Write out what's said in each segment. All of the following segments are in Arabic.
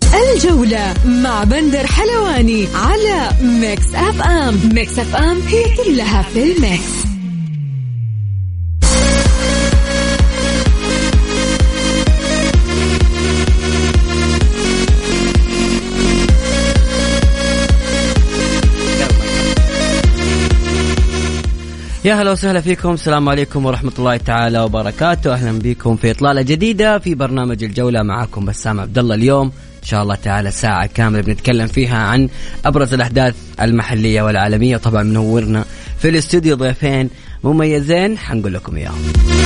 الجولة مع بندر حلواني على ميكس اف ام. ميكس اف ام هي كلها في الميكس. يا هلا وسهلا فيكم. السلام عليكم ورحمة الله تعالى وبركاته. أهلا بكم في إطلالة جديدة في برنامج الجولة. معكم بسام عبد الله. اليوم إن شاء الله تعالى ساعة كاملة بنتكلم فيها عن أبرز الأحداث المحلية والعالمية. طبعا منورنا في الاستوديو ضيفين مميزين حنقول لكم إياهم.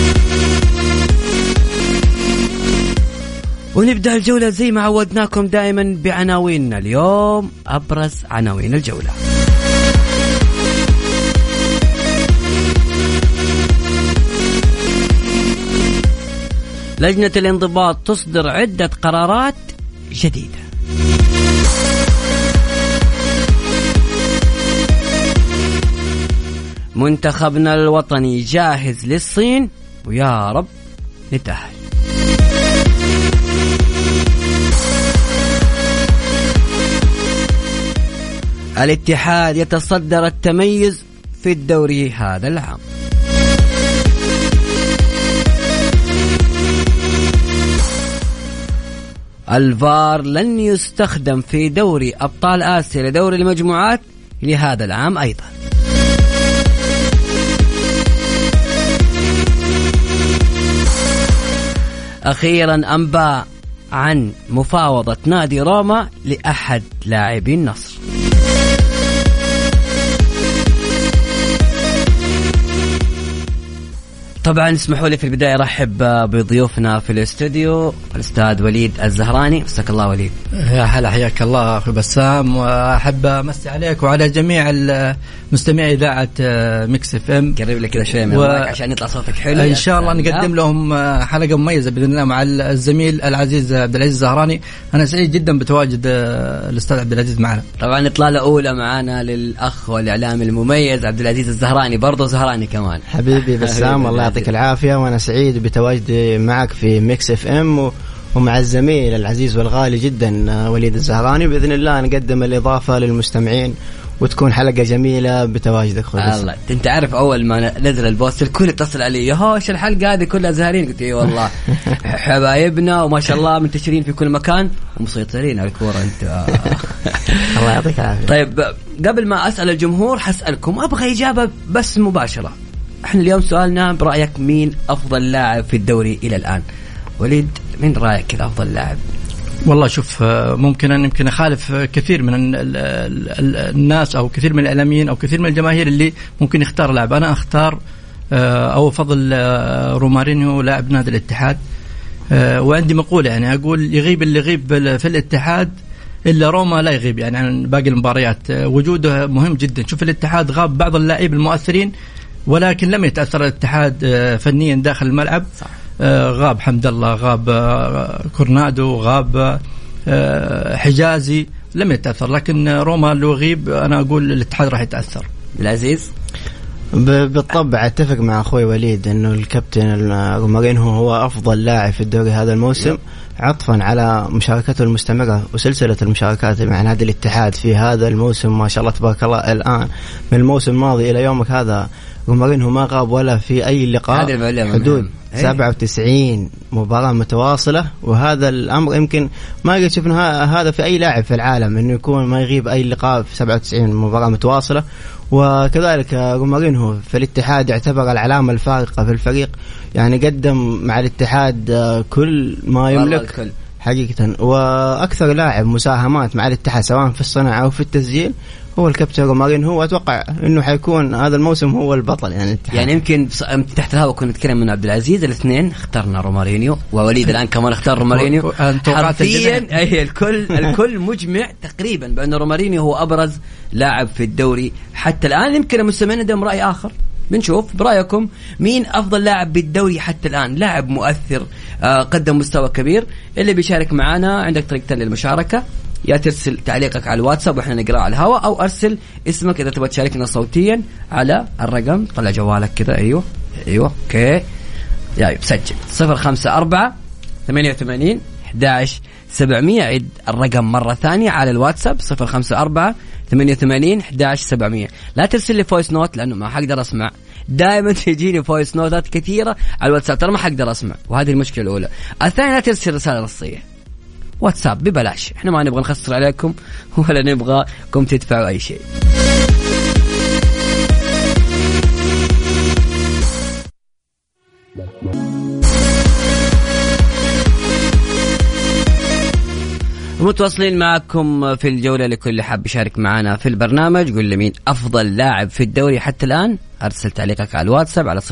ونبدأ الجولة زي ما عودناكم دائما بعناويننا. اليوم أبرز عناوين الجولة. لجنة الانضباط تصدر عدة قرارات جديدة. منتخبنا الوطني جاهز للصين ويا رب نتأهل. الاتحاد يتصدر التميز في الدوري هذا العام. الفار لن يستخدم في دوري أبطال آسيا لدوري المجموعات لهذا العام أيضا. أخيرا أنباء عن مفاوضة نادي روما لأحد لاعبي النصر. طبعا اسمحوا لي في البداية رحب بضيوفنا في الاستوديو الأستاذ وليد الزهراني. مساك الله وليد. يا هلا حياك الله أخي بسام. وأحب أمسي عليك وعلى جميع المستمعي إذاعة ميكس اف ام. قرب لك كذا شوي من المايك عشان يطلع صوتك حلو. إن شاء الله نقدم لهم حلقة مميزة بإذن الله مع الزميل العزيز عبد العزيز الزهراني. أنا سعيد جدا بتواجد الأستاذ عبد العزيز معنا. طبعا إطلالة أولى معنا للأخ والإعلامي المميز عبد العزيز الزهراني، برضه زهراني كمان. حبيبي بسام الله يعطيك العافية، وأنا سعيد بتواجدي معك في ميكس اف ام ومع الزميل العزيز والغالي جدا وليد الزهراني. بإذن الله نقدم الإضافة للمستمعين وتكون حلقة جميلة بتواجدك خالص. الله انت عارف اول ما نزل البوست الكل اتصل علي يا هوش الحلقة هذه كلها زهرين. قلت ايه والله حبايبنا وما شاء الله منتشرين في كل مكان ومسيطرين على الكورة انت. الله يعطيك العافية. طيب قبل ما اسأل الجمهور حسألكم ابغى اجابة بس مباشرة. احنا اليوم سؤالنا برأيك مين افضل لاعب في الدوري الى الان؟ وليد مين رأيك كذا افضل لاعب؟ والله شوف يمكن أخالف كثير من الناس أو كثير من الإعلاميين أو كثير من الجماهير اللي ممكن يختار لاعب. أنا أختار أو فضل رومارينيو لاعب نادي الاتحاد. وعندي مقولة يعني أقول يغيب اللي يغيب في الاتحاد إلا روما لا يغيب يعني عن باقي المباريات. وجوده مهم جدا. شوف الاتحاد غاب بعض اللاعبين المؤثرين ولكن لم يتأثر الاتحاد فنيا داخل الملعب. صح. غاب حمد الله، غاب كورنادو، غاب حجازي، لم يتأثر. لكن روما لو غيب أنا أقول الاتحاد راح يتأثر. العزيز بالطبع أتفق مع أخوي وليد أنه الكابتن رومارينيو هو أفضل لاعب في الدوري هذا الموسم، عطفا على مشاركته المستمرة وسلسلة المشاركات مع نادي الاتحاد في هذا الموسم. ما شاء الله تبارك الله، الآن من الموسم الماضي إلى يومك هذا رومارينيو ما غاب ولا في أي لقاء، حدود 97 مباراة متواصلة. وهذا الأمر يمكن ما قد شفنا هذا في أي لاعب في العالم، إنه يكون ما يغيب أي لقاء في 97 مباراة متواصلة. وكذلك رومارينيو في الاتحاد يعتبر العلامة الفارقة في الفريق، يعني قدم مع الاتحاد كل ما يملك حقيقة. وأكثر لاعب مساهمات مع الاتحاد سواء في الصناعة أو في التسجيل هو الكابتن رومارينيو. هو أتوقع إنه حيكون هذا الموسم هو البطل يعني يمكن تحت الهواء كنا نتكلم من عبد العزيز الاثنين اخترنا رومارينيو ووليد الآن كمان اختار رومارينيو. حرفيا أي الكل مجمع تقريبا بأن رومارينيو هو أبرز لاعب في الدوري حتى الآن. يمكن المستمعين عندهم رأي آخر، بنشوف برأيكم مين أفضل لاعب بالدوري حتى الآن، لاعب مؤثر قدم مستوى كبير. اللي بيشارك معنا عندك طريقتين للمشاركة، يا ترسل تعليقك على الواتساب وإحنا نقرأ على الهواء، أو أرسل اسمك إذا تبغى تشاركنا صوتيا على الرقم. طلع جوالك كذا. أيوه أوكي. سجل 054 88 11 عيد الرقم مرة ثانية على الواتساب 054-88-11-700. لا ترسل لي فويس نوت لأنه ما حقدر أسمع. دائما تجيني فويس نوتات كثيرة على الواتساب ترى ما حقدر أسمع، وهذه المشكلة الأولى. الثانية لا ترسل رسالة نصية، واتساب ببلاش، احنا ما نبغى نخسر عليكم ولا نبغاكم تدفعوا أي شيء. متواصلين معكم في الجولة. لكل حاب يشارك معنا في البرنامج قل لي مين أفضل لاعب في الدوري حتى الآن، أرسل تعليقك على الواتساب على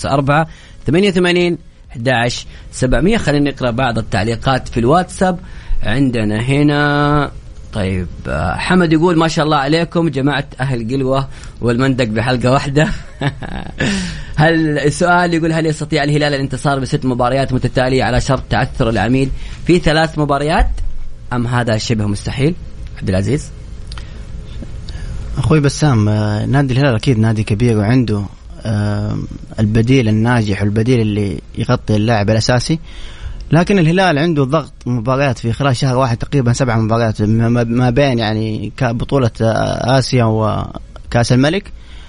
054-88-11-700. خلينا نقرأ بعض التعليقات في الواتساب عندنا هنا. طيب حمد يقول ما شاء الله عليكم جماعة أهل قلوة والمندق بحلقة واحدة. هل السؤال يقول هل يستطيع الهلال الانتصار ب6 مباريات متتالية على شرط تعثر العميد في 3 مباريات أم هذا شبه مستحيل؟ عبد العزيز. أخوي بسام، نادي الهلال أكيد نادي كبير وعنده البديل الناجح والبديل اللي يغطي اللاعب الأساسي، لكن الهلال عنده ضغط مباريات في خلال شهر واحد تقريبا 7 مباريات ما بين يعني بطولة آسيا وكأس الملك.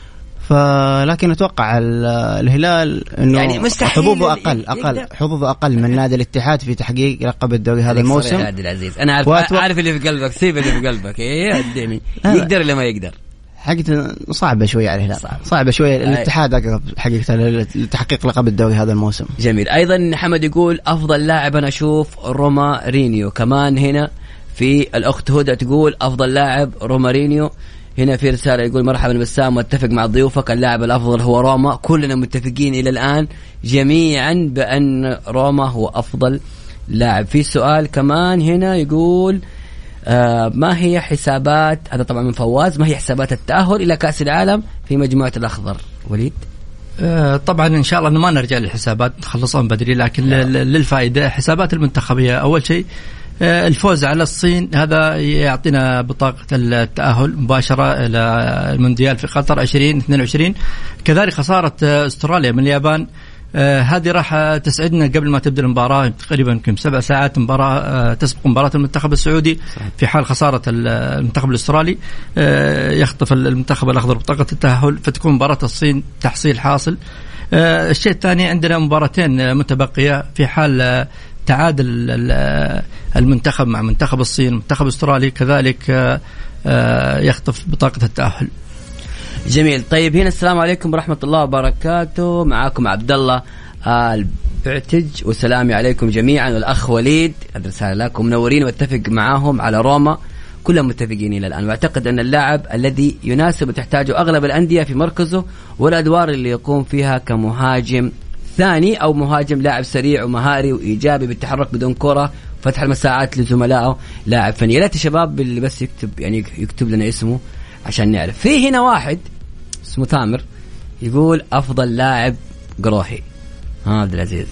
فلكن أتوقع الهلال إنه يعني حظوظه حظوظه أقل من نادي الاتحاد في تحقيق لقب الدوري هذا الموسم. عبد العزيز أنا عارف اللي في قلبك، سيب اللي في قلبك. إيه الدنيا يقدر ولا ما يقدر؟ حقيقة صعبة شوية على الهلال، صعبة شوية. الاتحاد أقرب حقيقة لتحقيق لقب الدوري هذا الموسم. جميل. أيضا حمد يقول أفضل لاعب أنا أشوف رومارينيو. كمان هنا في الأخت هدى تقول أفضل لاعب رومارينيو. هنا في رسالة يقول مرحبا بسام، متفق مع ضيوفك، اللاعب الأفضل هو روما. كلنا متفقين إلى الآن جميعا بأن روما هو أفضل لاعب. في سؤال كمان هنا يقول ما هي حسابات، هذا طبعا من فواز، ما هي حسابات التأهل إلى كأس العالم في مجموعة الأخضر؟ وليد. طبعا إن شاء الله أنه ما نرجع للحسابات نخلصها من بدري، لكن للفائدة حسابات المنتخبية. أول شيء الفوز على الصين هذا يعطينا بطاقة التأهل مباشرة إلى المونديال في قطر 2022. كذلك خسارة أستراليا من اليابان هذه راح تسعدنا قبل ما تبدأ المباراة تقريبا يمكن 7 ساعات. مباراة تسبق مباراة المنتخب السعودي. في حال خسارة المنتخب الأسترالي يخطف المنتخب الأخضر بطاقة التأهل، فتكون مباراة الصين تحصيل حاصل. الشيء الثاني عندنا مباراتين متبقية. في حال تعادل المنتخب مع منتخب الصين منتخب أسترالي كذلك يخطف بطاقة التأهل. جميل. طيب هنا السلام عليكم ورحمة الله وبركاته، معاكم عبد الله البعتج وسلامي عليكم جميعا. والأخ وليد الرسالة لكم، منورين واتفق معاهم على روما، كلهم متفقين إلى الآن. واعتقد أن اللاعب الذي يناسب وتحتاجه أغلب الأندية في مركزه والأدوار اللي يقوم فيها كمهاجم ثاني أو مهاجم، لاعب سريع ومهاري وإيجابي بالتحرك بدون كرة، فتح المساحات لزملائه، لاعب فني. يا ريت الشباب اللي بس يكتب لنا اسمه عشان نعرف. في هنا واحد اسمه ثامر يقول أفضل لاعب قروحي. عبد العزيز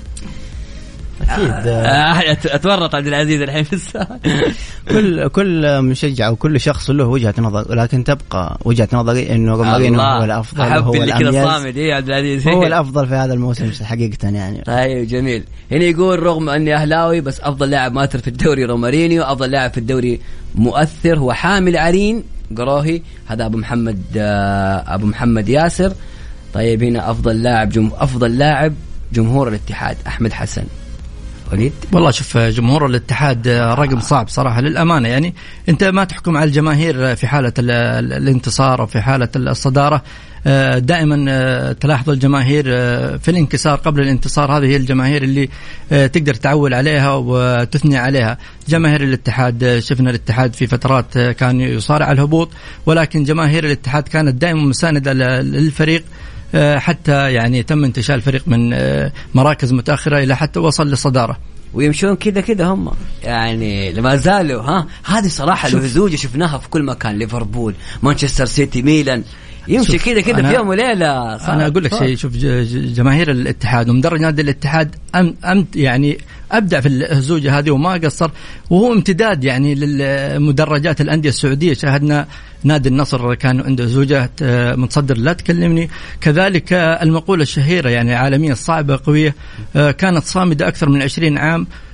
أكيد أتورط عبد العزيز الحين في السؤال. كل مشجع وكل شخص له وجهة نظر، ولكن تبقى وجهة نظري إنه رومارينيو هو الأفضل، هو الأميز، عبد العزيز هو الأفضل في هذا الموسم حقيقة يعني. طيب جميل. هنا يقول رغم أني أهلاوي بس أفضل لاعب مؤثر في الدوري رومارينيو، أفضل لاعب في الدوري مؤثر هو حامل عرين قروهي. هذا أبو محمد ياسر. طيب هنا أفضل لاعب جمهور الاتحاد أحمد حسن. وليد. والله شوف جمهور الاتحاد رقم صعب صراحة للأمانة. يعني أنت ما تحكم على الجماهير في حالة الانتصار أو في حالة الصدارة. دائما تلاحظ الجماهير في الانكسار قبل الانتصار، هذه هي الجماهير اللي تقدر تعول عليها وتثني عليها. جماهير الاتحاد شفنا الاتحاد في فترات كان يصارع على الهبوط، ولكن جماهير الاتحاد كانت دائما مساندة للفريق حتى يعني تم انتشال الفريق من مراكز متأخرة إلى حتى وصل للصدارة، ويمشون كذا هم يعني لما زالوا. هذه صراحة الهزوجة شفناها في كل مكان، ليفربول، مانشستر سيتي، ميلان، يمشي كذا في يوم وليلة. أنا أقول لك شيء، شوف جماهير الاتحاد ومدرج نادي الاتحاد يعني أبدع في الهزوجة هذه وما قصر، وهو امتداد يعني للمدرجات الأندية السعودية. شاهدنا نادي النصر كان عنده هزوجة متصدر لا تكلمني. كذلك المقولة الشهيرة يعني عالمية الصعبة قوية كانت صامدة أكثر من 20 عام،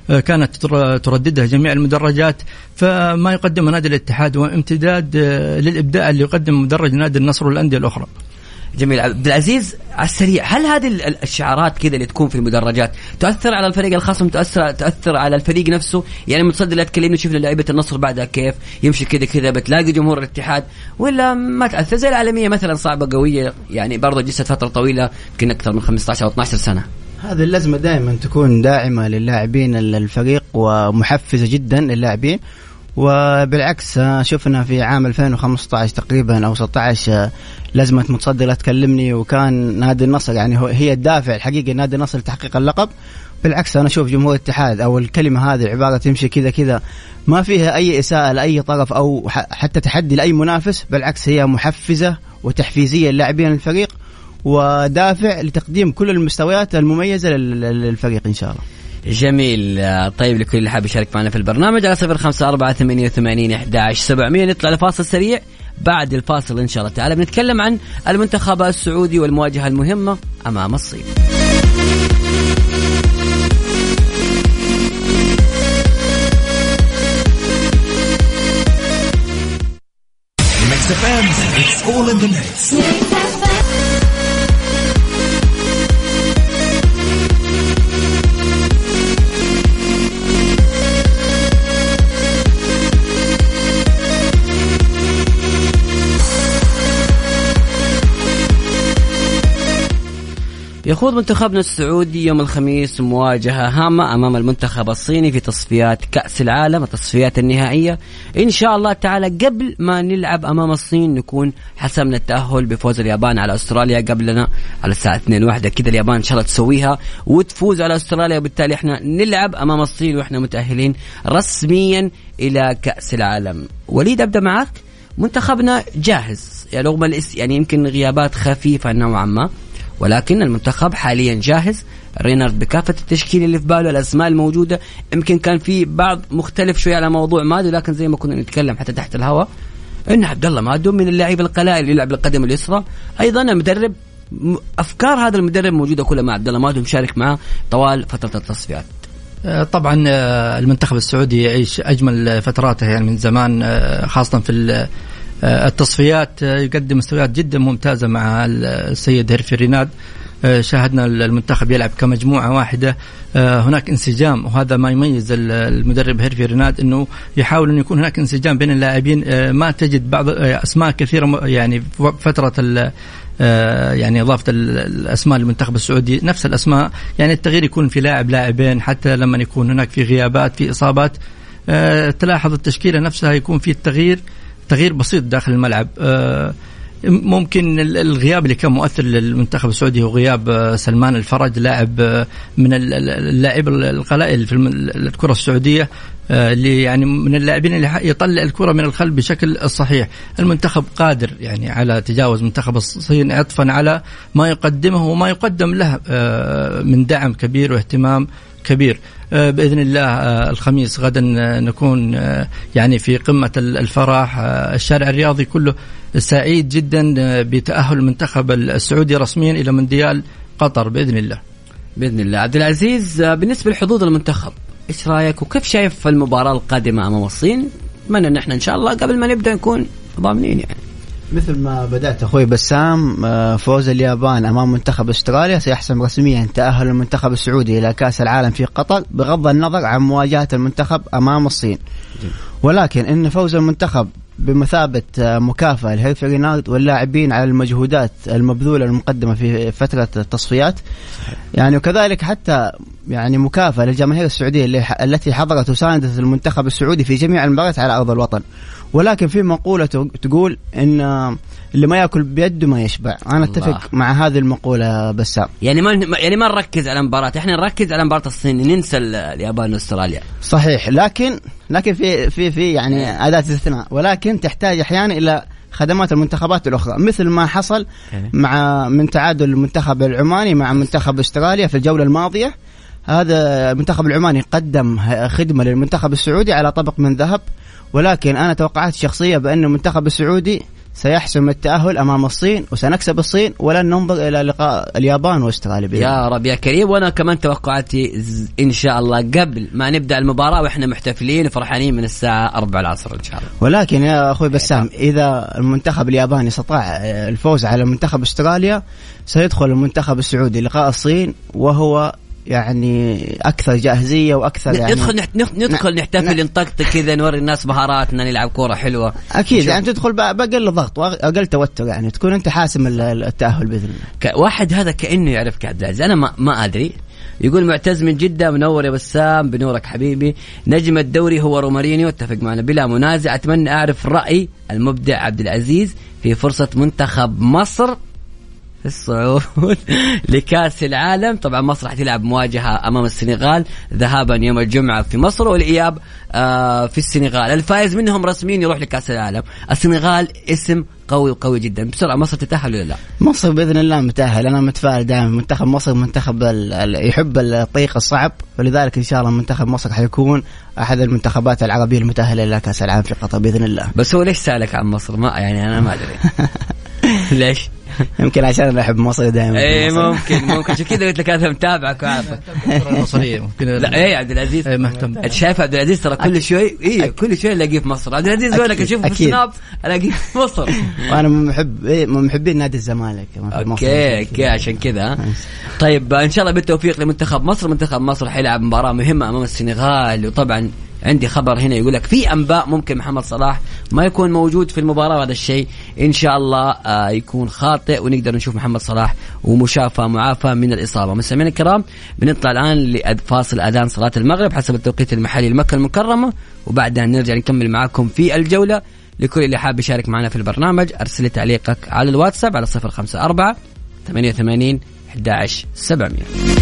كانت ترددها جميع المدرجات. فما يقدم نادي الاتحاد هو امتداد للإبداع اللي يقدم مدرج نادي النصر والأندية الأخرى. جميل. عبد العزيز على السريع، هل هذه الشعارات كذا اللي تكون في المدرجات تؤثر على الفريق الخصم، تؤثر على الفريق نفسه؟ يعني المتصدر لا تكلمنا شوف لعيبه النصر بعدها كيف يمشي كذا بتلاقي جمهور الاتحاد، ولا ما تأثر؟ زي العالمية مثلا صعبة قوية، يعني برضه جلست فترة طويلة يمكن أكثر من 15 أو 12 سنة. هذه اللازمة دائما تكون داعمة للاعبين الفريق ومحفزة جدا للاعبين. وبالعكس شفنا في عام 2015 تقريبا أو 16 لازمة متصدر لا تكلمني، وكان نادي النصر يعني هي الدافع الحقيقي نادي النصر لتحقيق اللقب. بالعكس أنا أشوف جمهور الاتحاد أو الكلمة هذه العبارة تمشي كذا ما فيها أي إساءة لأي طرف أو حتى تحدي لأي منافس، بالعكس هي محفزة وتحفيزية للاعبين الفريق ودافع لتقديم كل المستويات المميزة للفريق إن شاء الله. جميل. طيب لكل اللي حاب يشارك معنا في البرنامج على 0548811700 نطلع لفاصل سريع. بعد الفاصل إن شاء الله تعالى بنتكلم عن المنتخب السعودي والمواجهة المهمة أمام الصين. يخوض منتخبنا السعودي يوم الخميس مواجهة هامة أمام المنتخب الصيني في تصفيات كأس العالم، التصفيات النهائية إن شاء الله تعالى. قبل ما نلعب أمام الصين نكون حسمنا التأهل بفوز اليابان على أستراليا قبلنا على الساعة 2:01 كده. اليابان إن شاء الله تسويها وتفوز على أستراليا، وبالتالي إحنا نلعب أمام الصين وإحنا متأهلين رسميا إلى كأس العالم. وليد أبدأ معك. منتخبنا جاهز يعني رغم يعني يمكن غيابات خفيفة نوعا ما، ولكن المنتخب حاليا جاهز. رينارد بكافة التشكيل اللي في باله، الأسماء الموجودة. يمكن كان في بعض مختلف شوية على موضوع مادو، لكن زي ما كنا نتكلم حتى تحت الهواء إن عبد الله مادو من اللاعب القلائل اللي يلعب بالقدم اليسرى. أيضا المدرب أفكار هذا المدرب موجودة كلها مع عبد الله مادو، مشارك معه طوال فترة التصفيات. طبعا المنتخب السعودي يعيش أجمل فتراته يعني من زمان، خاصة في التصفيات يقدم مستويات جدا ممتازة مع السيد هيرفي ريناد. شاهدنا المنتخب يلعب كمجموعة واحدة، هناك انسجام، وهذا ما يميز المدرب هيرفي ريناد انه يحاول ان يكون هناك انسجام بين اللاعبين. ما تجد بعض اسماء كثيرة يعني فترة يعني اضافة الاسماء للمنتخب السعودي نفس الاسماء، يعني التغيير يكون في لاعبين حتى لما يكون هناك في غيابات في اصابات تلاحظ التشكيلة نفسها يكون في تغيير بسيط داخل الملعب. ممكن الغياب اللي كان مؤثر للمنتخب السعودي هو غياب سلمان الفرج، لاعب من اللاعب القلائل في الكرة السعودية، اللي يعني من اللاعبين اللي يطلع الكرة من الخلف بشكل صحيح. المنتخب قادر يعني على تجاوز منتخب الصين عطفا على ما يقدمه وما يقدم له من دعم كبير واهتمام كبير. بإذن الله الخميس غدا نكون يعني في قمة الفرح. الشارع الرياضي كله سعيد جدا بتأهل المنتخب السعودي رسميا إلى مونديال قطر بإذن الله. بإذن الله. عبد العزيز، بالنسبة لحظوظ المنتخب إيش رأيك وكيف شايف المباراة القادمة أمام الصين؟ أتمنى أن احنا إن شاء الله قبل ما نبدأ نكون ضامنين يعني. مثل ما بدأت أخوي بسام، فوز اليابان أمام منتخب أستراليا سيحسم رسميا تأهل المنتخب السعودي إلى كأس العالم في قطر بغض النظر عن مواجهة المنتخب أمام الصين. ولكن إن فوز المنتخب بمثابة مكافأة لهيرفي رينارد واللاعبين على المجهودات المبذولة المقدمة في فترة التصفيات يعني، وكذلك حتى يعني مكافأة للجماهير السعودية التي حضرت وساندت المنتخب السعودي في جميع المباريات على أرض الوطن. ولكن في مقولة تقول إن اللي ما يأكل بيده ما يشبع. أنا أتفق مع هذه المقولة بسام. يعني ما نركز على مباراة، إحنا نركز على مباراة الصين، ننسى اليابان واستراليا. صحيح، لكن في يعني أداة استثناء، ولكن تحتاج أحيانا إلى خدمات المنتخبات الأخرى، مثل ما حصل من تعادل المنتخب العماني مع منتخب استراليا في الجولة الماضية. هذا المنتخب العماني قدم خدمة للمنتخب السعودي على طبق من ذهب، ولكن أنا توقعات شخصية بأن المنتخب السعودي سيحسم التأهل أمام الصين وسنكسب الصين، ولن ننظر إلى لقاء اليابان واستراليا. يا رب يا كريم. وأنا كمان توقعاتي إن شاء الله قبل ما نبدأ المباراة وإحنا محتفلين وفرحانين من الساعة 4 العصر إن شاء الله. ولكن يا أخوي بسام، إذا المنتخب الياباني استطاع الفوز على المنتخب استراليا، سيدخل المنتخب السعودي لقاء الصين وهو يعني أكثر جاهزية وأكثر يعني ندخل نحتفل نطقطق كذا، نوري الناس مهاراتنا، نلعب كورة حلوة أكيد. يعني تدخل بأقل ضغط وأقل توتر، يعني تكون أنت حاسم التأهل بإذن الله. واحد هذا كأنه يعرفك عبد العزيز، أنا ما أدري. يقول معتز من جدة، منور يا بسام، بنورك حبيبي. نجم الدوري هو رومارينيو، اتفق معنا بلا منازع. أتمنى أعرف رأي المبدع عبد العزيز في فرصة منتخب مصر في الصعود لكأس العالم. طبعا مصر راح تلعب مواجهة أمام السنغال ذهابا يوم الجمعة في مصر، والإياب في السنغال. الفائز منهم رسميا يروح لكأس العالم. السنغال اسم قوي جدا. بسرعة مصر تتأهل ولا لا؟ مصر بإذن الله متأهل. أنا متفائل دائما. منتخب مصر منتخب يحب الطريق الصعب، ولذلك إن شاء الله منتخب مصر حيكون أحد المنتخبات العربية المتأهلة إلى كأس العالم في قطر بإذن الله. بس هو ليش سألك عن مصر؟ ما يعني أنا ما أدري ليش. يمكن عشان أنا أحب مصر دائما. إيه ممكن عشان كذا قلت لك أنا متابعك وعارفك. المصرية ممكن. لا إيه عبد العزيز مهتم. أنت شايف عبد العزيز ترى كل شوي كل شوي ألاقيه في مصر. عبد العزيز وينك؟ أشوفه في السناب ألاقيه في مصر. وأنا من محبين نادي الزمالك. أوكي عشان كذا. طيب إن شاء الله بالتوفيق لمنتخب مصر. منتخب مصر حيلعب مباراة مهمة أمام السنغال. وطبعا عندي خبر هنا يقول لك في أنباء ممكن محمد صلاح ما يكون موجود في المباراة، وهذا الشيء إن شاء الله يكون خاطئ، ونقدر نشوف محمد صلاح ومشافى معافى من الإصابة. مستمعينا الكرام، بنطلع الآن لفاصل أذان صلاة المغرب حسب التوقيت المحلي لمكة المكرمة، وبعدها نرجع نكمل معاكم في الجولة. لكل اللي حاب يشارك معنا في البرنامج أرسل تعليقك على الواتساب على 054 88 11 700.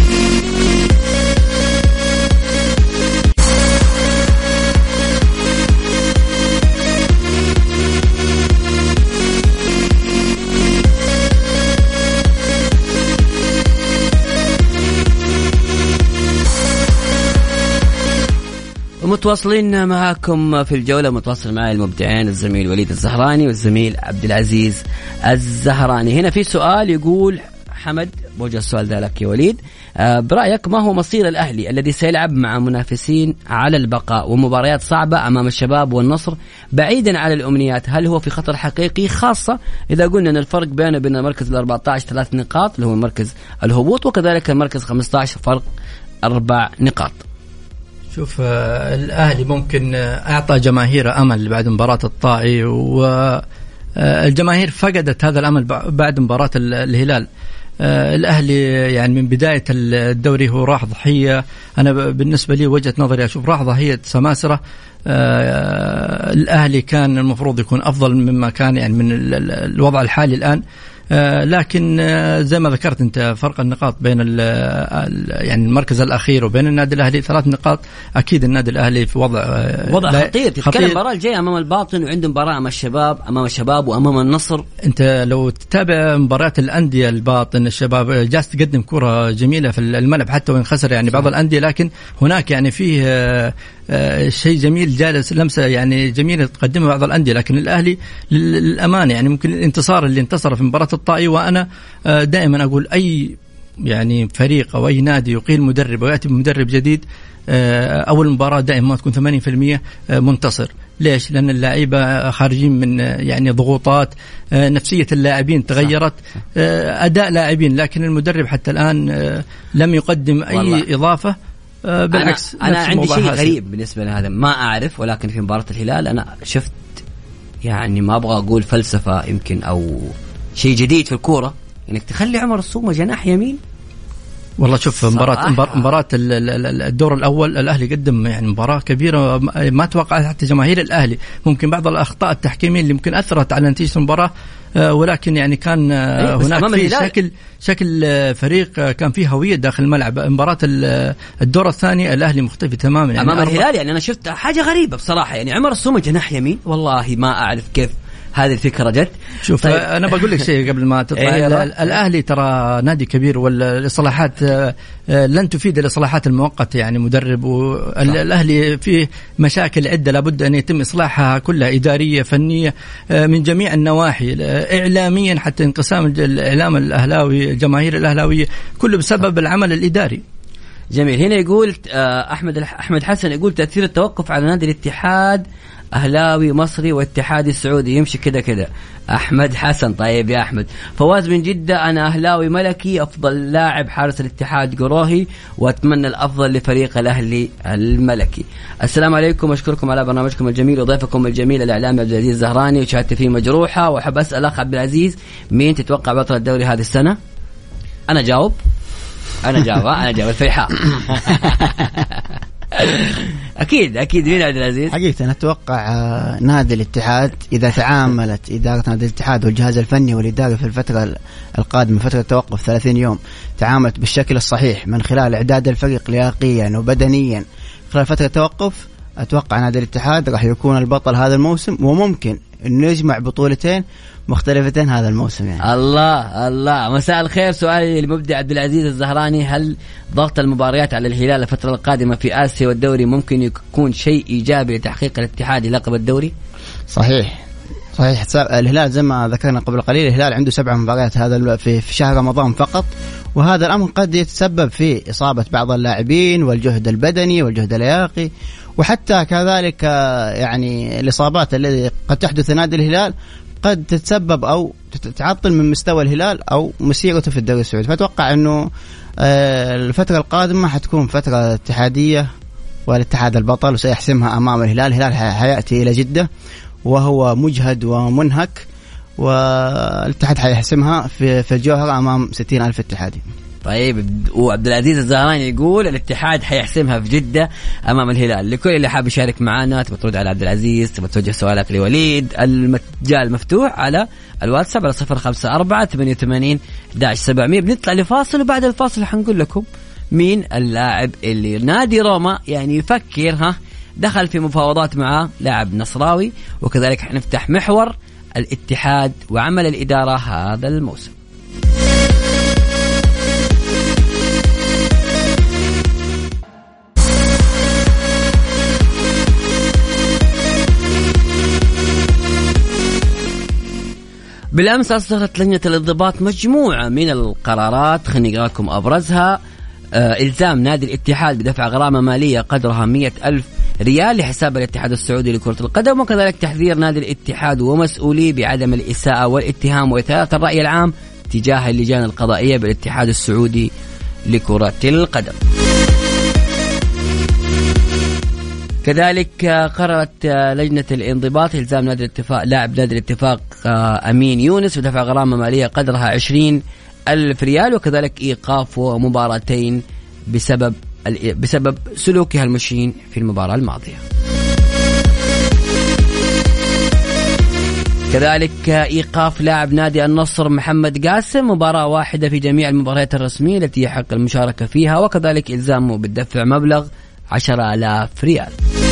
متواصلين معاكم في الجولة. متواصل معي المبدعين الزميل وليد الزهراني والزميل عبد العزيز الزهراني. هنا في سؤال يقول حمد، بوجه السؤال ذا لك يا وليد، برأيك ما هو مصير الأهلي الذي سيلعب مع منافسين على البقاء ومباريات صعبة أمام الشباب والنصر بعيدا عن الأمنيات؟ هل هو في خطر حقيقي، خاصة إذا قلنا أن الفرق بينه وبين المركز 14 3 نقاط اللي هو مركز الهبوط، وكذلك المركز 15 فرق 4 نقاط؟ شوف الأهلي ممكن أعطى جماهير أمل بعد مباراة الطائي، والجماهير فقدت هذا الأمل بعد مباراة الهلال. الأهلي يعني من بداية الدوري هو راح ضحية. أنا بالنسبة لي وجهة نظري أشوف راح ضحية سماسرة. الأهلي كان المفروض يكون أفضل مما كان يعني من الوضع الحالي الآن، لكن زي ما ذكرت أنت فرق النقاط بين يعني المركز الأخير وبين النادي الأهلي 3 نقاط. أكيد النادي الأهلي في وضع خطير. تتكلم المباراة الجاية أمام الباطن، وعنده مباراة أمام الشباب وأمام النصر. أنت لو تتابع مباريات الأندية الباطن الشباب جالس تقدم كرة جميلة في الملعب حتى وإن خسر يعني بعض الأندية، لكن هناك يعني فيه شيء جميل جالس لمسة يعني جميلة تقدمها بعض الأندية. لكن الأهلي للأمانة يعني ممكن الانتصار اللي انتصر في مباراة الطائي، وأنا دائما أقول أي يعني فريق أو أي نادي يقيل مدرب ويأتي بمدرب جديد أول مباراة دائما ما تكون 80% منتصر. ليش؟ لأن اللاعبين خارجين من يعني ضغوطات، نفسية اللاعبين تغيرت، أداء لاعبين، لكن المدرب حتى الآن لم يقدم أي إضافة. بالعكس أنا عندي شيء غريب بالنسبة لهذا ما أعرف، ولكن في مباراة الهلال أنا شفت يعني ما أبغى أقول فلسفة يمكن أو شيء جديد في الكورة، إنك تخلي عمر السومة جناح يمين. والله شوف مباراة الدور الأول الأهلي قدم يعني مباراة كبيرة ما توقعت حتى جماهير الأهلي. ممكن بعض الأخطاء التحكيمية اللي ممكن أثرت على نتيجة المباراة، ولكن يعني كان هناك في شكل فريق كان فيه هوية داخل الملعب. مباراة الدور الثاني الأهلي مختفي تماما يعني أمام الهلال. يعني أنا شفت حاجة غريبة بصراحة، يعني عمر السومة جناح يمين، والله ما أعرف كيف هذه الفكرة جت. شوف طيب. أنا بقول لك شيء قبل ما تطلع. الأهلي ترى نادي كبير، والإصلاحات لن تفيد الإصلاحات المؤقتة، يعني مدرب، والأهلي فيه مشاكل عدة لابد أن يتم إصلاحها كلها، إدارية فنية من جميع النواحي، إعلاميا حتى انقسام الإعلام الأهلاوي، الجماهير الأهلاوية، كله بسبب العمل الإداري. جميل. هنا يقول أحمد حسن يقول تأثير التوقف على نادي الاتحاد، أهلاوي مصري واتحادي السعودي يمشي كده. أحمد حسن. طيب يا أحمد. فواز من جدة، أنا أهلاوي ملكي، أفضل لاعب حارس الاتحاد قروهي، وأتمنى الأفضل لفريق الأهلي الملكي. السلام عليكم، أشكركم على برنامجكم الجميل وضيفكم الجميل الإعلامي عبد العزيز الزهراني، وشهادتي فيه مجروحة. وأحب أسأل أخ عبد العزيز، مين تتوقع بطل الدوري هذه السنة؟ أنا جاوب الفيحاء. أكيد مين عبد العزيز؟ حقيقة أنا أتوقع نادي الاتحاد، إذا تعاملت إدارة نادي الاتحاد والجهاز الفني والإدارة في الفترة القادمة، فترة التوقف 30 يوم، تعاملت بالشكل الصحيح من خلال إعداد الفريق لياقيا وبدنيا خلال فترة التوقف، أتوقع نادي الاتحاد راح يكون البطل هذا الموسم، وممكن إنه يجمع بطولتين مختلفتين هذا الموسم يعني. الله. مساء الخير، سؤالي للمبدع عبد العزيز الزهراني، هل ضغط المباريات على الهلال الفترة القادمة في آسيا والدوري ممكن يكون شيء إيجابي لتحقيق الاتحاد لقب الدوري؟ صحيح. الهلال زي ما ذكرنا قبل قليل، الهلال عنده 7 مباريات هذا في شهر رمضان فقط، وهذا الأمر قد يتسبب في إصابة بعض اللاعبين والجهد البدني والجهد اللياقي، وحتى كذلك يعني الإصابات التي قد تحدث نادي الهلال قد تتسبب أو تعطل من مستوى الهلال أو مسيرته في الدوري السعودي. فأتوقع أنه الفترة القادمة حتكون فترة اتحادية، والاتحاد البطل وسيحسمها أمام الهلال. الهلال حيأتي إلى جدة وهو مجهد ومنهك، والاتحاد حيحسمها في الجوهرة أمام 60,000 اتحادي. طيب، وعبد العزيز الزهراني يقول الاتحاد حيحسمها في جدة أمام الهلال. لكل اللي حاب يشارك معنا، تبغى ترد على عبد العزيز، تبغى توجه سؤالك لوليد، المجال مفتوح على الواتساب على 054-88-11700. بنطلع لفاصل، وبعد الفاصل حنقول لكم مين اللاعب اللي نادي روما يعني يفكر دخل في مفاوضات مع لاعب نصراوي، وكذلك حنفتح محور الاتحاد وعمل الإدارة هذا الموسم. بالأمس أصدرت لجنة الانضباط مجموعة من القرارات، خليني أقرأ لكم أبرزها. إلزام نادي الاتحاد بدفع غرامة مالية قدرها 100,000 ريال لحساب الاتحاد السعودي لكرة القدم، وكذلك تحذير نادي الاتحاد ومسؤوليه بعدم الإساءة والاتهام وإثارة الرأي العام تجاه اللجان القضائية بالاتحاد السعودي لكرة القدم. كذلك قررت لجنة الانضباط إلزام لاعب نادي الاتفاق أمين يونس بدفع غرامة مالية قدرها 20,000 ريال، وكذلك إيقاف مباراتين بسبب سلوكها المشين في المباراة الماضية. كذلك إيقاف لاعب نادي النصر محمد قاسم مباراة واحدة في جميع المباريات الرسمية التي يحق المشاركة فيها، وكذلك إلزامه بالدفع مبلغ 10,000 ريال.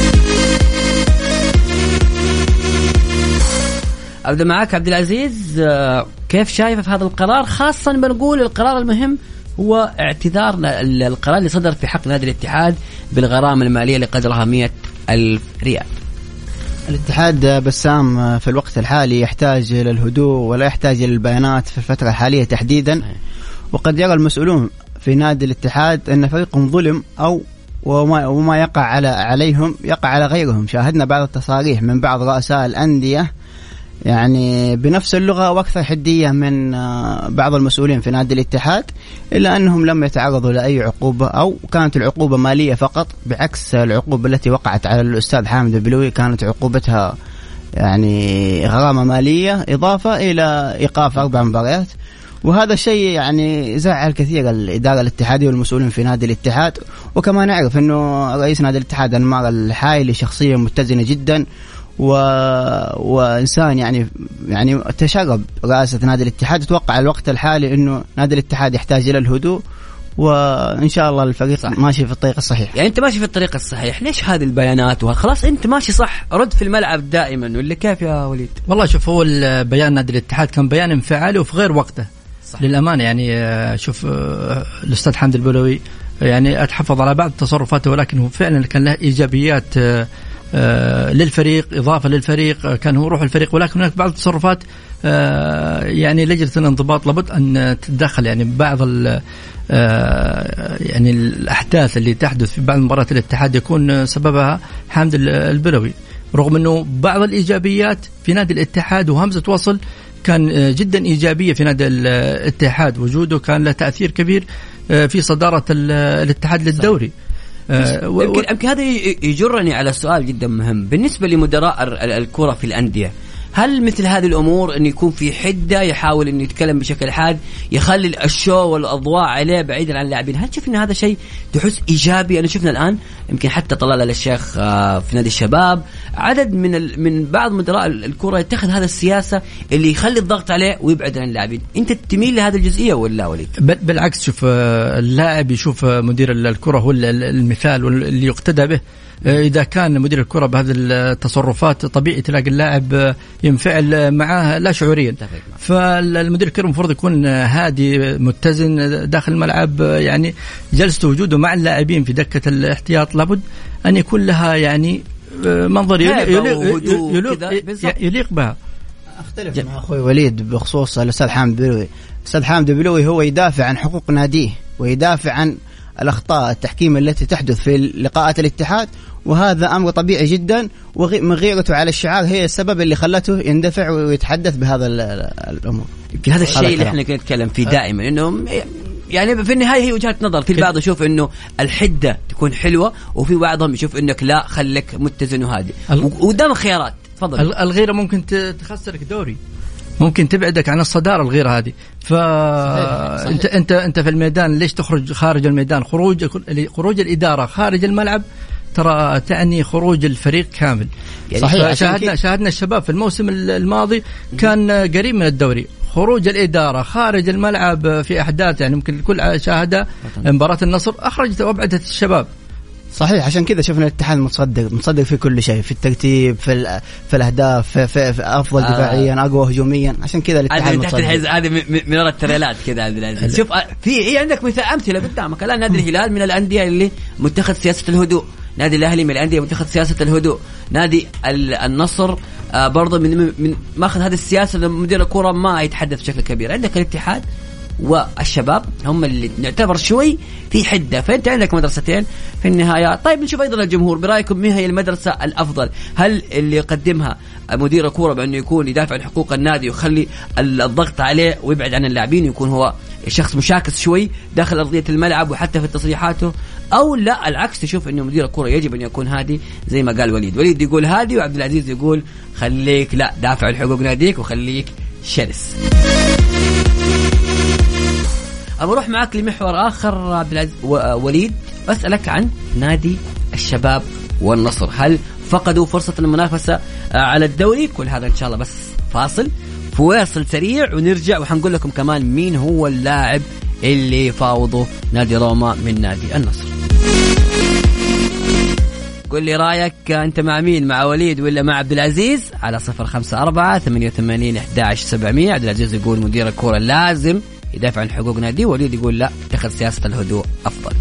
أبدأ معك عبد العزيز، كيف شايف في هذا القرار؟ خاصة بنقول القرار المهم هو اعتذار القرار اللي صدر في حق نادي الاتحاد بالغرامة المالية لقدرها 100,000 ريال. الاتحاد بسام في الوقت الحالي يحتاج إلى الهدوء ولا يحتاج إلى البيانات في الفترة الحالية تحديدا، وقد يرى المسؤولون في نادي الاتحاد أن فريقهم ظلم أو وما يقع عليهم يقع على غيرهم. شاهدنا بعض التصاريح من بعض رؤساء الأندية يعني بنفس اللغة وأكثر حدية من بعض المسؤولين في نادي الاتحاد، إلا أنهم لم يتعرضوا لأي عقوبة أو كانت العقوبة مالية فقط، بعكس العقوبة التي وقعت على الأستاذ حامد البلوي كانت عقوبتها يعني غرامة مالية إضافة إلى إيقاف 4 مباريات. وهذا الشيء يعني زعل كثير الإدارة الاتحادية والمسؤولين في نادي الاتحاد. وكما نعرف أنه رئيس نادي الاتحاد أنمار الحايلي شخصية متزنة جدا وإنسان يعني تشرب رئاسة نادي الاتحاد. أتوقع الوقت الحالي أنه نادي الاتحاد يحتاج إلى الهدوء وإن شاء الله الفريق صح. ماشي في الطريق الصحيح. يعني أنت ماشي في الطريق الصحيح، ليش هذه البيانات وخلاص أنت ماشي صح؟ رد في الملعب دائما ولا كيف يا وليد؟ والله شوف، هو البيان نادي الاتحاد كان بيان انفعالي وفي غير وقته صح. للأمانة يعني شوف الأستاذ حامد البلوي يعني أتحفظ على بعض تصرفاته، ولكن هو فعلا كان له إيجابيات للفريق، إضافة للفريق، كان هو روح الفريق، ولكن هناك بعض التصرفات يعني لجنة الانضباط لابد أن تتدخل. يعني بعض يعني الأحداث اللي تحدث في بعض مباريات الاتحاد يكون سببها حامد البلوي، رغم أنه بعض الإيجابيات في نادي الاتحاد وهمزة وصل كان جدا إيجابية في نادي الاتحاد، وجوده كان له تأثير كبير في صدارة الاتحاد للدوري. يمكن هذا يجرني على سؤال جدا مهم بالنسبة لمدراء الكرة في الأندية. هل مثل هذه الأمور أن يكون في حدة، يحاول أن يتكلم بشكل حاد، يخلي الشو والأضواء عليه بعيدا عن اللاعبين؟ هل تشوف أن هذا شيء تحس إيجابي؟ أنا شفنا الآن يمكن حتى طلال الشيخ في نادي الشباب، عدد من بعض مدراء الكرة يتخذ هذا السياسة اللي يخلي الضغط عليه ويبعد عن اللاعبين. أنت تميل لهذه الجزئية ولا وليد؟ بالعكس، شوف اللاعب يشوف مدير الكرة هو المثال واللي يقتدى به. إذا كان مدير الكرة بهذه التصرفات طبيعي تلاقي اللاعب ينفعل معاه لا شعوريا. فالمدير الكرة المفروض يكون هادي متزن داخل الملعب، يعني جلسته وجوده مع اللاعبين في دكة الاحتياط لابد أن يكون لها يعني منظر يليق بها. أختلف مع أخوي وليد بخصوص الأستاذ حامد البلوي. الأستاذ حامد البلوي هو يدافع عن حقوق ناديه ويدافع عن الأخطاء التحكيم التي تحدث في لقاءات الاتحاد، وهذا أمر طبيعي جدا، ومن غيرته على الشعار هي السبب اللي خلته يندفع ويتحدث بهذا الأمور. هذا الشيء اللي احنا نتكلم فيه دائما، إنه يعني في النهاية هي وجهة نظر. في البعض يشوف إنه الحدة تكون حلوة، وفي بعضهم يشوف إنك لا خليك متزن وهادي، وقدام خيارات. تفضل. الغيرة ممكن تخسرك دوري، ممكن تبعدك عن الصدارة الغيرة هذه. فأنت أنت في الميدان ليش تخرج خارج الميدان؟ خروج الإدارة خارج الملعب ترى تعني خروج الفريق كامل. يعني صحيح. شاهدنا الشباب في الموسم الماضي كان قريب من الدوري، خروج الإدارة خارج الملعب في أحداث يعني ممكن الكل شاهد مباراة النصر أخرجت وأبعدت الشباب. صحيح، عشان كذا شفنا الاتحاد متصدق في كل شيء، في الترتيب، في الأهداف، في أفضل دفاعيا، أقوى هجوميا. عشان كذا الاتحاد متصدق. هذه من وراء التريلات كذا عبد العزيز. شوف في عندك مثال أمثلة قدامك الآن. نادي الهلال من الأندية اللي متخذ سياسة الهدوء، نادي الأهلي من الأندية متخذ سياسة الهدوء، نادي النصر برضه من ماخذ هذه السياسة. مدير الكرة ما يتحدث بشكل كبير. عندك الاتحاد والشباب هم اللي نعتبر شوي في حدة. فأنت عندك مدرستين في النهاية. طيب نشوف أيضا الجمهور برأيكم مين هي المدرسة الأفضل؟ هل اللي يقدمها مدير الكرة بأنه يكون يدافع عن حقوق النادي ويخلي الضغط عليه ويبعد عن اللاعبين، يكون هو شخص مشاكس شوي داخل أرضية الملعب وحتى في تصريحاته، أو لا العكس تشوف أنه مدير الكرة يجب أن يكون هادي زي ما قال وليد يقول هادي، وعبد العزيز يقول خليك لا دافع عن حقوق ناديك وخليك شرس. أروح معك لمحور آخر عبد العزيز وليد، أسألك عن نادي الشباب والنصر. هل فقدوا فرصة المنافسة على الدوري؟ كل هذا إن شاء الله بس فاصل سريع ونرجع وحنقول لكم كمان مين هو اللاعب اللي فاوضه نادي روما من نادي النصر. قل لي رأيك أنت مع مين، مع وليد ولا مع عبد العزيز؟ على 054-88-11-700. عبد العزيز يقول مدير الكرة لازم يدافع عن حقوق نادي، وليد يقول لا اتخذ سياسة الهدوء أفضل.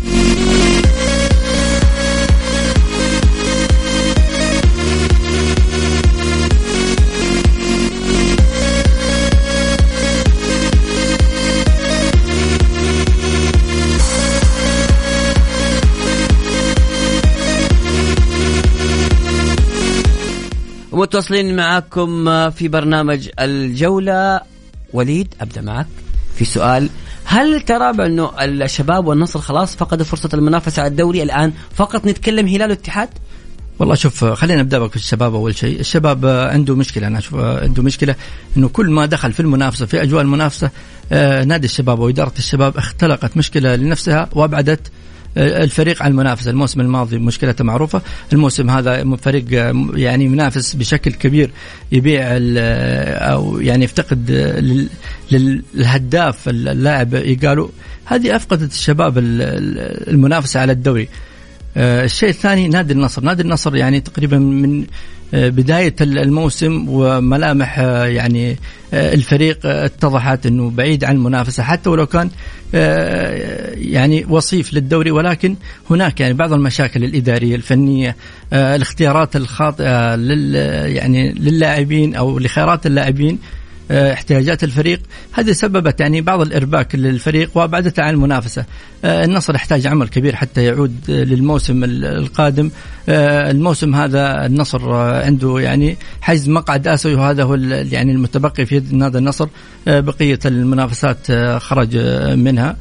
ومتواصلين معكم في برنامج الجولة. وليد أبدأ معك في سؤال، هل ترى بأنه الشباب والنصر خلاص فقدوا فرصة المنافسة على الدوري الآن؟ فقط نتكلم هلال والاتحاد. والله شوف، خلينا نبدأ بك في الشباب. أول شيء الشباب عنده مشكلة، أنا أشوف عنده مشكلة إنه كل ما دخل في المنافسة في أجواء المنافسة نادي الشباب وإدارة الشباب اختلقت مشكلة لنفسها وأبعدت الفريق عن المنافسة. الموسم الماضي مشكلته معروفة، الموسم هذا فريق يعني منافس بشكل كبير، يبيع أو يعني يفتقد للهداف اللاعب يقالوا، هذه أفقدت الشباب المنافسة على الدوري. الشيء الثاني نادي النصر يعني تقريبا من بداية الموسم وملامح يعني الفريق اتضحت أنه بعيد عن المنافسة، حتى ولو كان يعني وصيف للدوري، ولكن هناك يعني بعض المشاكل الإدارية الفنية، الاختيارات الخاطئة يعني للاعبين أو لخيارات اللاعبين، احتياجات الفريق، هذه سببت يعني بعض الإرباك للفريق وأبعدته عن المنافسة. النصر يحتاج عمل كبير حتى يعود للموسم القادم. الموسم هذا النصر عنده يعني حيز مقعد آسيوي، وهذا هو يعني المتبقي في يد نادي النصر، بقية المنافسات خرج منها.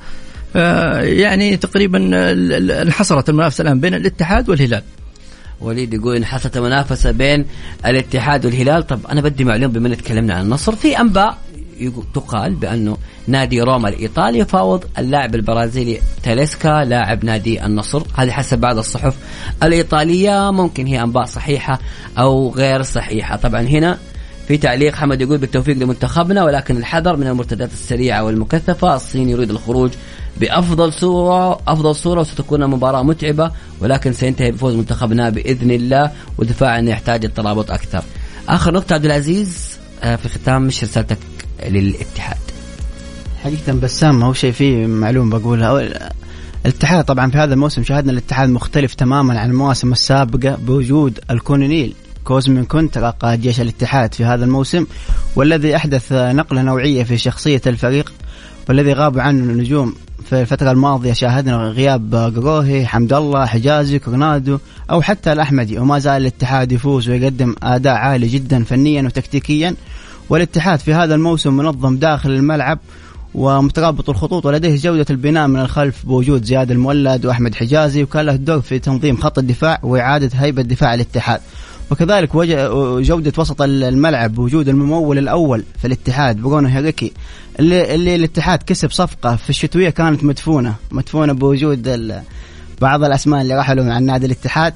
يعني تقريبا انحصرت المنافسة الآن بين الاتحاد والهلال. وليد يقول إن حصلت منافسة بين الاتحاد والهلال. طب أنا بدي معلوم، بما نتكلمنا عن النصر، في أنباء تقال بأنه نادي روما الإيطالي يفاوض اللاعب البرازيلي تاليسكا لاعب نادي النصر. هذه حسب بعض الصحف الإيطالية، ممكن هي أنباء صحيحة أو غير صحيحة. طبعا هنا في تعليق حمد يقول بالتوفيق لمنتخبنا، ولكن الحذر من المرتدات السريعة والمكثفة. الصين يريد الخروج بأفضل صورة وستكون المباراة متعبة، ولكن سينتهي بفوز منتخبنا بإذن الله، ودفاعنا يحتاج الترابط أكثر. آخر نقطة عبد العزيز في ختام، مش رسالتك للاتحاد؟ حقيقة بسام هو شيء فيه معلومة بقولها. الاتحاد طبعا في هذا الموسم شاهدنا الاتحاد مختلف تماما عن المواسم السابقة بوجود الكونيل كوزمين كونترا قائد جيش الاتحاد في هذا الموسم، والذي أحدث نقلة نوعية في شخصية الفريق، والذي غاب عنه النجوم في الفترة الماضية. شاهدنا غياب قروهي، حمد الله، حجازي، كورنادو أو حتى الأحمدي، وما زال الاتحاد يفوز ويقدم أداء عالي جدا فنيا وتكتيكيا. والاتحاد في هذا الموسم منظم داخل الملعب ومترابط الخطوط، ولديه جودة البناء من الخلف بوجود زياد المولد وأحمد حجازي، وكان له دور في تنظيم خط الدفاع وإعادة هيبة دفاع الاتحاد. وكذلك جودة وسط الملعب بوجود الممول الأول في الاتحاد برونو هيريكي، اللي الاتحاد كسب صفقة في الشتوية كانت مدفونة بوجود بعض الأسماء اللي رحلوا مع النادي الاتحاد.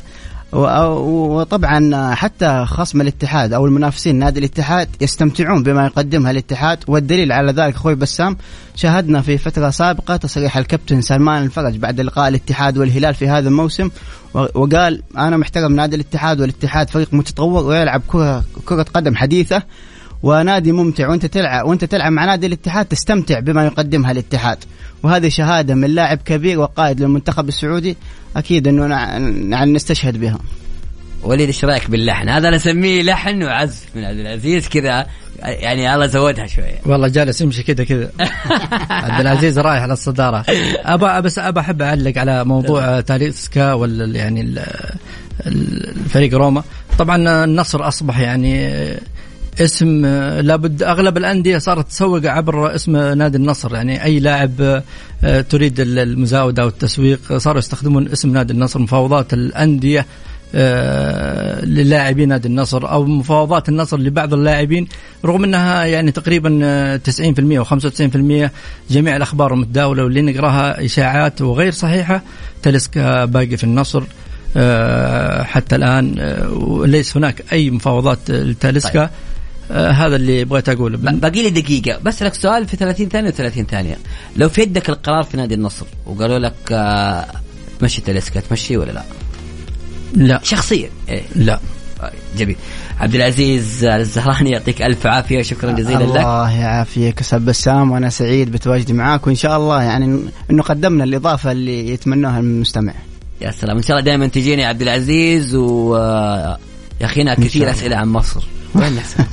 وطبعا حتى خصم الاتحاد أو المنافسين نادي الاتحاد يستمتعون بما يقدمها الاتحاد، والدليل على ذلك أخوي بسام، شاهدنا في فترة سابقة تصريح الكابتن سلمان الفرج بعد لقاء الاتحاد والهلال في هذا الموسم، وقال أنا محترم نادي الاتحاد، والاتحاد فريق متطور ويلعب كرة قدم حديثة ونادي ممتع، وانت تلعب مع نادي الاتحاد تستمتع بما يقدمها الاتحاد. وهذه شهادة من لاعب كبير وقائد للمنتخب السعودي، أكيد أنه نستشهد بها. وليد ايش رايك باللحن هذا؟ انا اسميه لحن وعزف من عبد العزيز كذا، يعني الله زودها شويه. والله جالس يمشي كذا عبد العزيز رايح على الصداره. ابى احب اعلق على موضوع تاليسكا ولا يعني الفريق روما. طبعا النصر اصبح يعني اسم لابد، أغلب الأندية صارت تسوق عبر اسم نادي النصر، يعني أي لاعب تريد المزاودة والتسويق صاروا يستخدمون اسم نادي النصر. مفاوضات الأندية للاعبين نادي النصر أو مفاوضات النصر لبعض اللاعبين، رغم أنها يعني تقريبا 90% و 95% جميع الأخبار المتداولة واللي نقراها إشاعات وغير صحيحة. تاليسكا باقي في النصر حتى الآن، وليس هناك أي مفاوضات لتاليسكا. هذا اللي بغيت أقوله. باقي لي دقيقة بس، لك سؤال في 30 ثانية و30 ثانية. لو في يدك القرار في نادي النصر وقالوا لك تمشي تاليسكا، تمشي ولا لا؟ لا شخصيا لا. جميل. عبد العزيز الزهراني يعطيك ألف عافية وشكرا جزيلا لك. الله يعافيك أستاذ بسام، وأنا سعيد بتواجدي معاك، وإن شاء الله يعني إنه قدمنا الإضافة اللي يتمناها المستمع. يا سلام، إن شاء الله دائما تجيني عبد العزيز. يا أخينا كثير أسئلة عن مصر، وين نحسن؟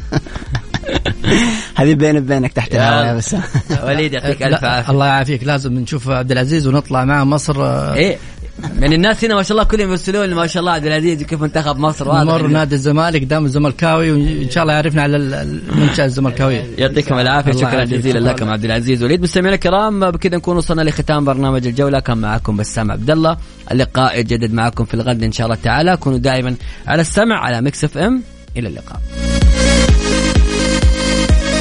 هذه بيني وبينك تحت الهواء يا بسام. وليد يعطيك ألف عافية. الله يعافيك، لازم نشوف عبد العزيز ونطلع معه مصر. إيه من الناس هنا ما شاء الله كلهم يرسلون ما شاء الله عبد العزيز كيف منتخب مصر، نمر نادي الزمالك دام الزملكاوي، وإن شاء الله يعرفنا على المنشأة الزملكاوية. يعطيكم العافية، شكرا جزيلا لكم عبد العزيز وليد. مستمعينا الكرام، بكذا نكون وصلنا لختام برنامج الجولة. كان معكم بسام عبد الله، اللقاء يتجدد معكم في الغد إن شاء الله تعالى. كونوا دائما على السمع على ميكس اف ام. إلى اللقاء.